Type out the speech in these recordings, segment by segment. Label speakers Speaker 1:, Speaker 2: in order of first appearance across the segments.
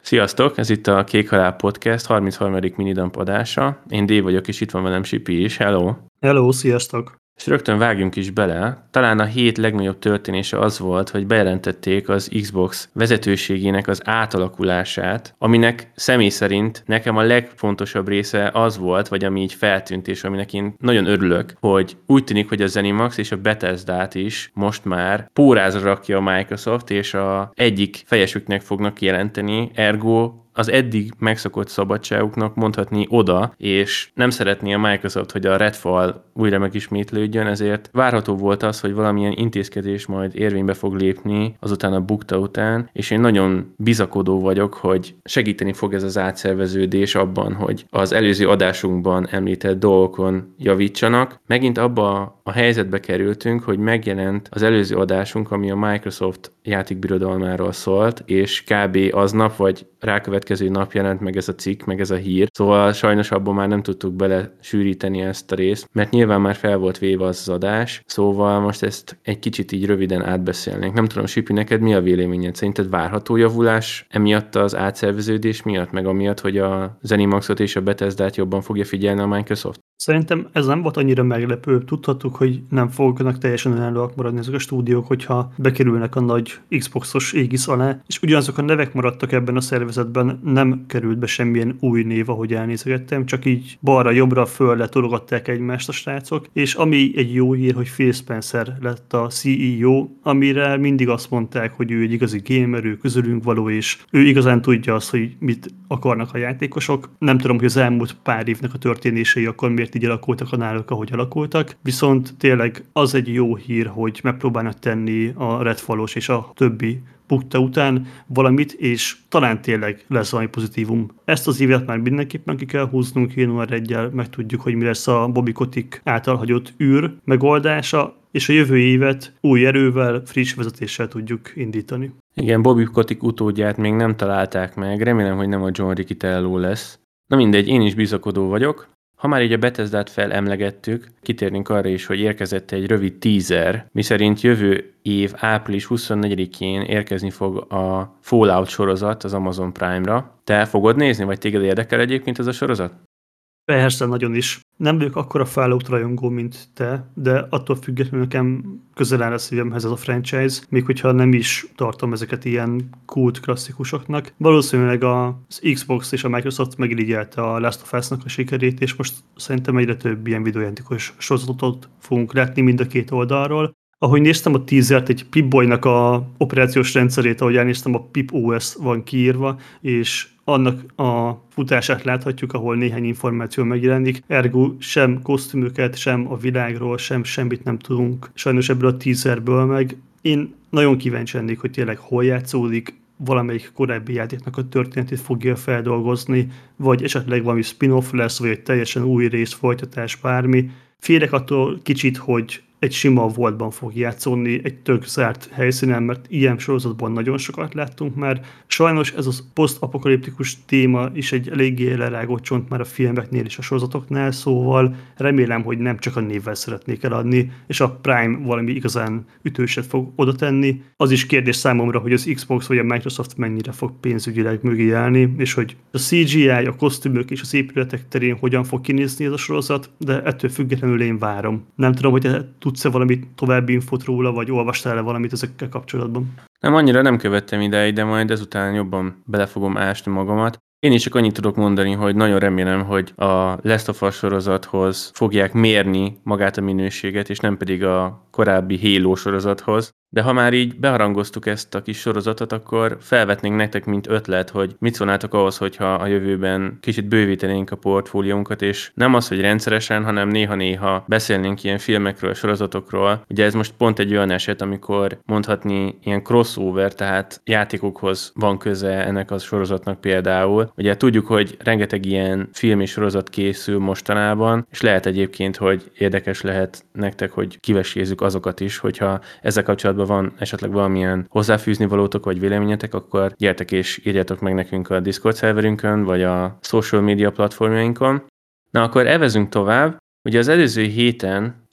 Speaker 1: Sziasztok! Ez itt a Kék Halál Podcast 33. minidump adása. Én Dave vagyok, és itt van velem Sipi is. Hello!
Speaker 2: Hello, sziasztok!
Speaker 1: És rögtön vágjunk is bele. Talán a hét legnagyobb történése az volt, hogy bejelentették az Xbox vezetőségének az átalakulását, aminek személy szerint nekem a legfontosabb része az volt, vagy ami így feltűnt, és aminek én nagyon örülök, hogy úgy tűnik, hogy a ZeniMax és a Bethesdát is most már pórázra rakja a Microsoft, és a egyik fejesüknek fognak jelenteni, ergo az eddig megszokott szabadságuknak mondhatni oda, és nem szeretné a Microsoft, hogy a Redfall újra megismétlődjön, ezért várható volt az, hogy valamilyen intézkedés majd érvénybe fog lépni azután a bukta után, és én nagyon bizakodó vagyok, hogy segíteni fog ez az átszerveződés abban, hogy az előző adásunkban említett dolgokon javítsanak. Megint abba a helyzetbe kerültünk, hogy megjelent az előző adásunk, ami a Microsoft játékbirodalmáról szólt, és kb. Aznap vagy rákövetkező nap jelent meg ez a cikk, meg ez a hír. Szóval sajnos abban már nem tudtuk belesűríteni ezt a részt, mert nyilván már fel volt véve az adás, szóval most ezt egy kicsit így röviden átbeszélnénk. Nem tudom, Sipi, neked mi a véleményed? Szerinted várható javulás emiatt az átszerveződés miatt, meg amiatt, hogy a ZeniMaxot és a Bethesdát jobban fogja figyelni a Microsoft?
Speaker 2: Szerintem ez nem volt annyira meglepő. Tudhattuk, hogy nem fognak teljesen önállóak maradni ezek a stúdiók, hogyha bekerülnek a nagy Xboxos égisz alá, és ugyanazok a nevek maradtak ebben a szervezetben, nem került be semmilyen új név, ahogy elnézegettem, csak így balra-jobbra föl tologatták egymást a srácok, és ami egy jó hír, hogy Phil Spencer lett a CEO, amire mindig azt mondták, hogy ő egy igazi gamer, ő közülünk való, és ő igazán tudja azt, hogy mit akarnak a játékosok. Nem tudom, hogy az elmúlt pár évnek a történései akkor miért így alakultak a náluk, ahogy alakultak, viszont tényleg az egy jó hír, hogy megpróbálnak tenni a Redfallos és a többi bukta után valamit, és talán tényleg lesz valami pozitívum. Ezt az évet már mindenképpen ki kell húznunk, január 1-jel megtudjuk, hogy mi lesz a Bobby Kotick által hagyott űr megoldása, és a jövő évet új erővel, friss vezetéssel tudjuk indítani.
Speaker 1: Igen, Bobby Kotick utódját még nem találták meg, remélem, hogy nem a John Riccitiello lesz. Na mindegy, én is bizakodó vagyok. Ha már így a Bethesdát felemlegettük, kitérnénk arra is, hogy érkezett egy rövid teaser, miszerint jövő év április 24-én érkezni fog a Fallout sorozat az Amazon Prime-ra. Te fogod nézni, vagy téged érdekel egyébként ez a sorozat?
Speaker 2: Persze, nagyon is. Nem vagyok akkora Fallout rajongó, mint te, de attól függetlenül nekem közel áll a szívemhez ez a franchise, még hogyha nem is tartom ezeket ilyen kult klasszikusoknak. Valószínűleg az Xbox és a Microsoft megirigyelte a Last of Us-nak a sikerét, és most szerintem egyre több ilyen videójátékos sorozatot fogunk látni mind a két oldalról. Ahogy néztem a teasert, egy Pip-Boynak a operációs rendszerét, ahogy elnéztem, a Pip OS van kiírva, és annak a futását láthatjuk, ahol néhány információ megjelenik. Ergo sem kosztümöket, sem a világról, sem semmit nem tudunk sajnos ebből a teaserből meg. Én nagyon kíváncsi lennék, hogy tényleg hol játszódik, valamelyik korábbi játéknak a történetét fogja feldolgozni, vagy esetleg valami spin-off lesz, vagy egy teljesen új rész, folytatás, bármi. Félek attól kicsit, hogy egy sima voltban fog játszódni, egy tök zárt helyszínen, mert ilyen sorozatban nagyon sokat láttunk már. Sajnos ez a posztapokaliptikus téma is egy eléggé lerágott csont már a filmeknél és a sorozatoknál, szóval remélem, hogy nem csak a névvel szeretnék eladni, és a Prime valami igazán ütőset fog oda tenni. Az is kérdés számomra, hogy az Xbox vagy a Microsoft mennyire fog pénzügyileg mögé állni, és hogy a CGI, a kosztümök és az épületek terén hogyan fog kinézni ez a sorozat, de ettől függetlenül én várom. Nem tudom, hogy tudsz-e valamit további infót róla, vagy olvastál-e valamit ezekkel kapcsolatban?
Speaker 1: Nem, annyira nem követtem ideig, de majd ezután jobban bele fogom ásni magamat. Én is csak annyit tudok mondani, hogy nagyon remélem, hogy a Last of Us sorozathoz fogják mérni magát a minőséget, és nem pedig a korábbi Halo sorozathoz. De ha már így beharangoztuk ezt a kis sorozatot, akkor felvetnénk nektek, mint ötlet, hogy mit szólnátok ahhoz, hogyha a jövőben kicsit bővítenénk a portfóliónkat, és nem az, hogy rendszeresen, hanem néha-néha beszélnénk ilyen filmekről, sorozatokról. Ugye ez most pont egy olyan eset, amikor mondhatni ilyen crossover, tehát játékokhoz van köze ennek a sorozatnak például. Ugye tudjuk, hogy rengeteg ilyen film és sorozat készül mostanában, és lehet egyébként, hogy érdekes lehet nektek, hogy kivesézzük azokat is, hogyha ezzel kapcsolatban van esetleg valamilyen hozzáfűzni valótok vagy véleményetek, akkor gyertek és írjátok meg nekünk a Discord szerverünkön, vagy a social media platformjainkon. Na akkor evezünk tovább. Ugye az előző héten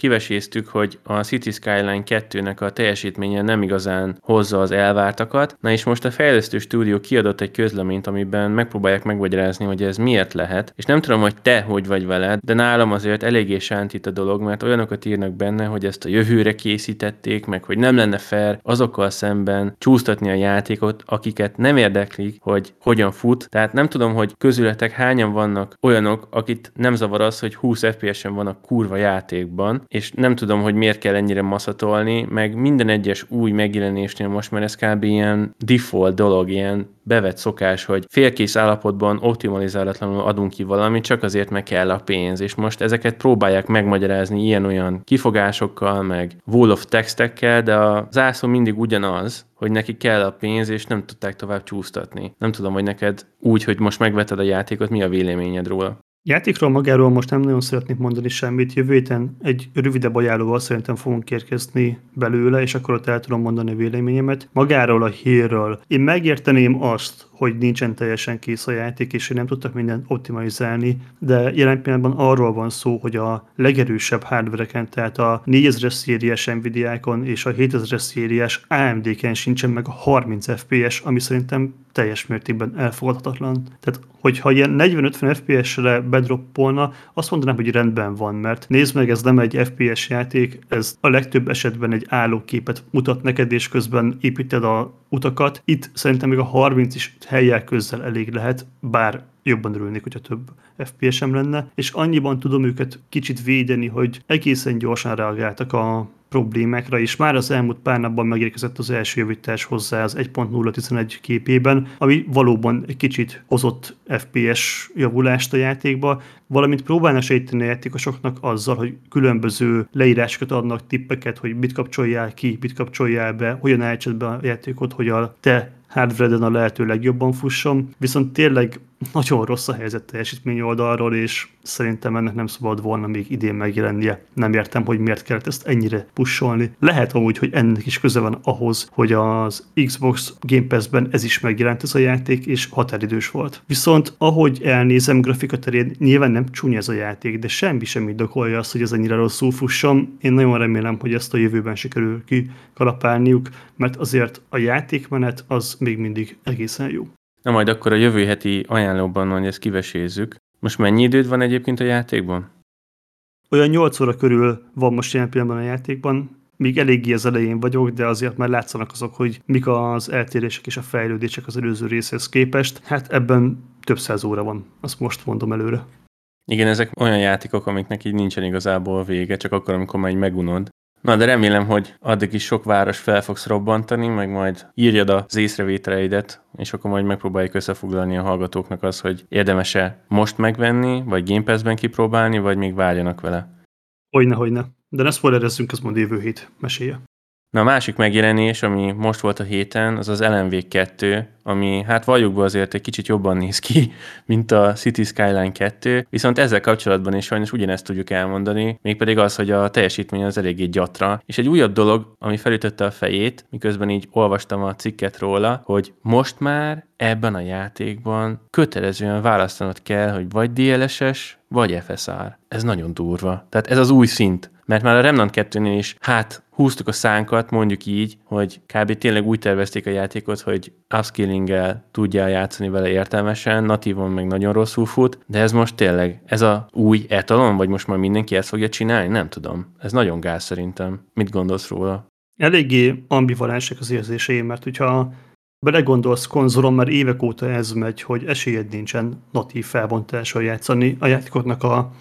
Speaker 1: kiveséztük, hogy a City Skyline 2-nek a teljesítménye nem igazán hozza az elvártakat. Na és most a fejlesztő stúdió kiadott egy közleményt, amiben megpróbálják megmagyarázni, hogy ez miért lehet. És nem tudom, hogy te hogy vagy veled, de nálam azért eléggé sántít a dolog, mert olyanokat írnak benne, hogy ezt a jövőre készítették, meg hogy nem lenne fair azokkal szemben csúsztatni a játékot, akiket nem érdeklik, hogy hogyan fut. Tehát nem tudom, hogy közületek hányan vannak olyanok, akit nem zavar az, hogy 20 FPS-en van a kurva játékban, és nem tudom, hogy miért kell ennyire maszatolni, meg minden egyes új megjelenésnél most már ez kb. Ilyen default dolog, ilyen bevett szokás, hogy félkész állapotban optimalizálatlanul adunk ki valamit, csak azért meg kell a pénz, és most ezeket próbálják megmagyarázni ilyen-olyan kifogásokkal, meg wall of textekkel, de a zászló mindig ugyanaz, hogy neki kell a pénz, és nem tudták tovább csúsztatni. Nem tudom, hogy neked úgy, hogy most megveted a játékot, mi a véleményed róla?
Speaker 2: Játékról magáról most nem nagyon szeretnék mondani semmit. Jövő héten egy rövidebb ajánlóval szerintem fogunk érkezni belőle, és akkor ott el tudom mondani a véleményemet. Magáról a hírről. Én megérteném azt, hogy nincsen teljesen kész a játék, és hogy nem tudtak mindent optimalizálni, de jelen pillanatban arról van szó, hogy a legerősebb hardvereken, tehát a 4000-es szériás Nvidia-kon és a 7000-es szériás AMD-ken sincsen meg a 30 FPS, ami szerintem teljes mértékben elfogadhatatlan. Tehát, hogyha ilyen 40-50 FPS-re bedroppolna, azt mondanám, hogy rendben van, mert nézd meg, ez nem egy FPS játék, ez a legtöbb esetben egy állóképet mutat neked, és közben építed a utakat. Itt szerintem még a 30 is helyjel közzel elég lehet, bár jobban örülnék, hogyha több FPS-em lenne, és annyiban tudom őket kicsit védeni, hogy egészen gyorsan reagáltak a problémákra, és már az elmúlt pár napban megérkezett az első javítás hozzá az 1.0.11 képében, ami valóban egy kicsit hozott FPS javulást a játékba, valamint próbálnak segíteni a játékosoknak azzal, hogy különböző leírásokat adnak, tippeket, hogy mit kapcsoljál ki, mit kapcsoljál be, hogyan állítsd be a játékot, hogy a te hardware-en a lehető legjobban fusson, viszont tényleg nagyon rossz a helyzet teljesítmény oldalról, és szerintem ennek nem szabad volna még idén megjelennie. Nem értem, hogy miért kellett ezt ennyire pusolni. Lehet amúgy, hogy ennek is köze van ahhoz, hogy az Xbox Game Pass-ben ez is megjelent ez a játék, és határidős volt. Viszont ahogy elnézem grafika terén, nyilván nem csúnya ez a játék, de semmi sem indokolja azt, hogy ez ennyire rosszul fusson. Én nagyon remélem, hogy ezt a jövőben sikerül kikalapálniuk, mert azért a játékmenet az még mindig egészen jó.
Speaker 1: Na majd akkor a jövő heti ajánlóban, hogy ezt kivesézzük. Most mennyi időd van egyébként a játékban?
Speaker 2: Olyan 8 óra körül van most jelen pillanatban a játékban. Még eléggé az elején vagyok, de azért már látszanak azok, hogy mik az eltérések és a fejlődések az előző részhez képest. Hát ebben több száz óra van, azt most mondom előre.
Speaker 1: Igen, ezek olyan játékok, amiknek így nincsen igazából vége, csak akkor, amikor már így megunod. Na, de remélem, hogy addig is sok város fel fogsz robbantani, meg majd írjad az észrevételeidet, és akkor majd megpróbáljuk összefoglalni a hallgatóknak az, hogy érdemes-e most megvenni, vagy Game Pass-ben kipróbálni, vagy még várjanak vele.
Speaker 2: Hogyne. De ne spoilerezzünk, ez mond jövő hét mesélje.
Speaker 1: Na, a másik megjelenés, ami most volt a héten, az az LMV2, ami hát valljuk be azért egy kicsit jobban néz ki, mint a City Skyline 2, viszont ezzel kapcsolatban is sajnos ugyanezt tudjuk elmondani, mégpedig az, hogy a teljesítmény az eléggé gyatra, és egy újabb dolog, ami felütötte a fejét, miközben így olvastam a cikket róla, hogy most már ebben a játékban kötelezően választanod kell, hogy vagy DLSS, vagy FSR. Ez nagyon durva. Tehát ez az új szint. Mert már a Remnant 2-nél is, húztuk a szánkat, mondjuk így, hogy kb. Tényleg úgy tervezték a játékot, hogy upskillinggel tudjál játszani vele értelmesen, natívon meg nagyon rosszul fut, de ez most tényleg, ez a új etalon, vagy most már mindenki ezt fogja csinálni? Nem tudom. Ez nagyon gáz szerintem. Mit gondolsz róla?
Speaker 2: Eléggé ambivalensek az érzéseim, mert hogyha belegondolsz, konzolon már évek óta ez megy, hogy esélyed nincsen natív felbontással játszani. A játékoknak a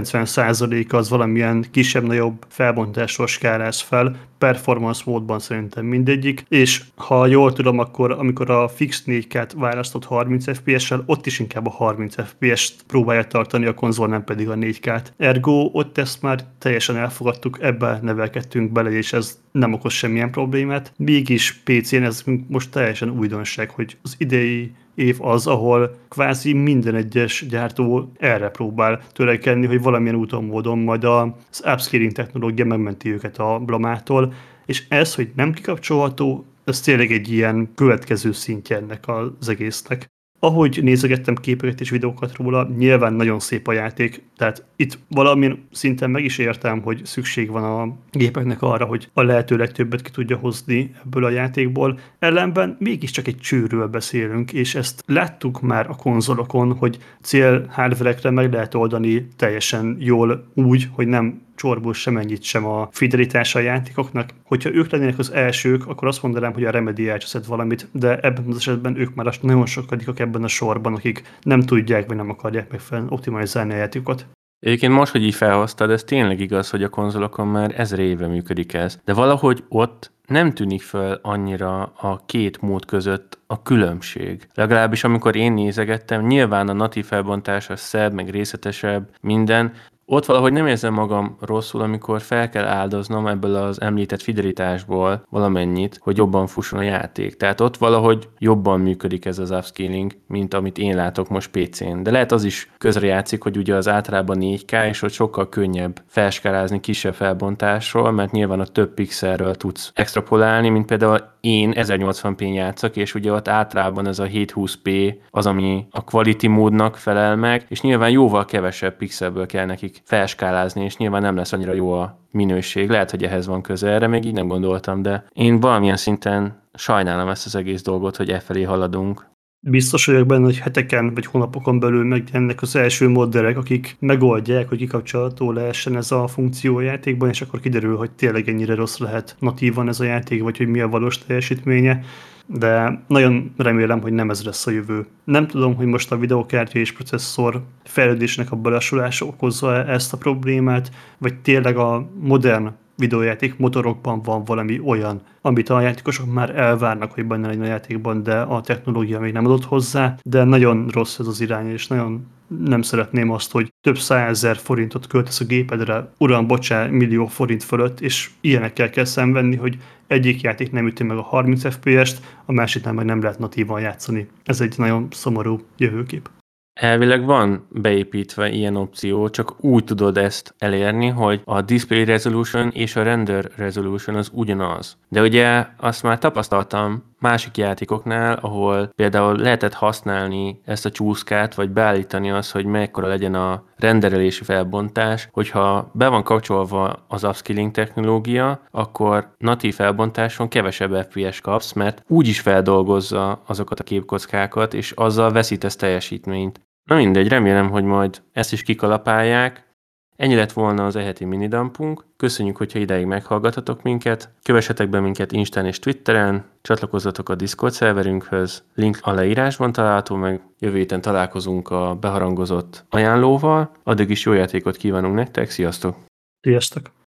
Speaker 2: 90%-a az valamilyen kisebb-nagyobb felbontásról skáláz fel, performance módban szerintem mindegyik, és ha jól tudom, akkor amikor a fix 4K-t választott 30 FPS-sel, ott is inkább a 30 FPS-t próbálja tartani a konzol, nem pedig a 4K-t. Ergo ott ezt már teljesen elfogadtuk, ebbe nevelkedtünk bele, és ez nem okoz semmilyen problémát. Mégis PC-n ez most teljesen újdonság, hogy az idei év az, ahol kvázi minden egyes gyártó erre próbál törekedni, hogy valamilyen úton, módon majd az upscaling technológia megmenti őket a blamától, és ez, hogy nem kikapcsolható, ez tényleg egy ilyen következő szintje ennek az egésznek. ahogy nézegettem képeket és videókat róla, nyilván nagyon szép a játék, tehát itt valamilyen szinten meg is értem, hogy szükség van a gépeknek arra, hogy a lehető legtöbbet ki tudja hozni ebből a játékból. Ellenben mégiscsak egy csőről beszélünk, és ezt láttuk már a konzolokon, hogy cél hardverekre meg lehet oldani teljesen jól úgy, hogy nem csorból semennyit sem a fidelitás a játékoknak. Hogyha ők lennének az elsők, akkor azt mondanám, hogy a Remedy elcseszett valamit, de ebben az esetben ők már nagyon sokadikak ebben a sorban, akik nem tudják, vagy nem akarják megfelelően optimalizálni a játékokat.
Speaker 1: Egyébként most, hogy így felhoztad, ez tényleg igaz, hogy a konzolokon már 1000 éve működik ez. De valahogy ott nem tűnik föl annyira a két mód között a különbség. Legalábbis amikor én nézegettem, nyilván a natív felbontás az szebb, meg részletesebb, minden. Ott valahogy nem érzem magam rosszul, amikor fel kell áldoznom ebből az említett fidelitásból valamennyit, hogy jobban fusson a játék. Tehát ott valahogy jobban működik ez az upscaling, mint amit én látok most PC-n. De lehet az is közrejátszik, hogy ugye az általában 4K, és ott sokkal könnyebb felskálázni kisebb felbontásról, mert nyilván a több pixelről tudsz extrapolálni, mint például én 1080p játszok, és ugye ott általában ez a 720p az, ami a quality módnak felel meg, és nyilván jóval kevesebb pixelből kell nekik felskálázni, és nyilván nem lesz annyira jó a minőség. Lehet, hogy ehhez van köze, erre még így nem gondoltam, de én valamilyen szinten sajnálom ezt az egész dolgot, hogy felé haladunk.
Speaker 2: Biztos vagyok benne, hogy heteken vagy hónapokon belül megjelennek az első modderek, akik megoldják, hogy kikapcsolható lehessen ez a funkció a játékban, és akkor kiderül, hogy tényleg ennyire rossz lehet natívan ez a játék, vagy hogy mi a valós teljesítménye. De nagyon remélem, hogy nem ez lesz a jövő. Nem tudom, hogy most a videokártya és processzor fejlődésnek a belassulása okozza ezt a problémát, vagy tényleg a modern videójáték motorokban van valami olyan, amit a játékosok már elvárnak, hogy benne legyen a játékban, de a technológia még nem adott hozzá, de nagyon rossz ez az irány, és nagyon nem szeretném azt, hogy több 100 000 forintot költesz a gépedre, uram, bocsá, millió forint fölött, és ilyenekkel kell szenvedni, hogy egyik játék nem üti meg a 30 FPS-t, a másiknál meg nem lehet natívan játszani. Ez egy nagyon szomorú jövőkép.
Speaker 1: Elvileg van beépítve ilyen opció, csak úgy tudod ezt elérni, hogy a display resolution és a render resolution az ugyanaz. De ugye azt már tapasztaltam másik játékoknál, ahol például lehetett használni ezt a csúszkát, vagy beállítani azt, hogy mekkora legyen a renderelési felbontás, hogyha be van kapcsolva az upscaling technológia, akkor natív felbontáson kevesebb FPS kapsz, mert úgyis feldolgozza azokat a képkockákat, és azzal veszítesz teljesítményt. Na mindegy, remélem, hogy majd ezt is kikalapálják. Ennyi lett volna az eheti minidampunk. Köszönjük, hogyha ideig meghallgatatok minket. Kövessetek be minket Instán és Twitteren, csatlakozzatok a Discord szerverünkhöz. Link a leírásban található meg. Jövő héten találkozunk a beharangozott ajánlóval. Addig is jó játékot kívánunk nektek, sziasztok!
Speaker 2: Sziasztok!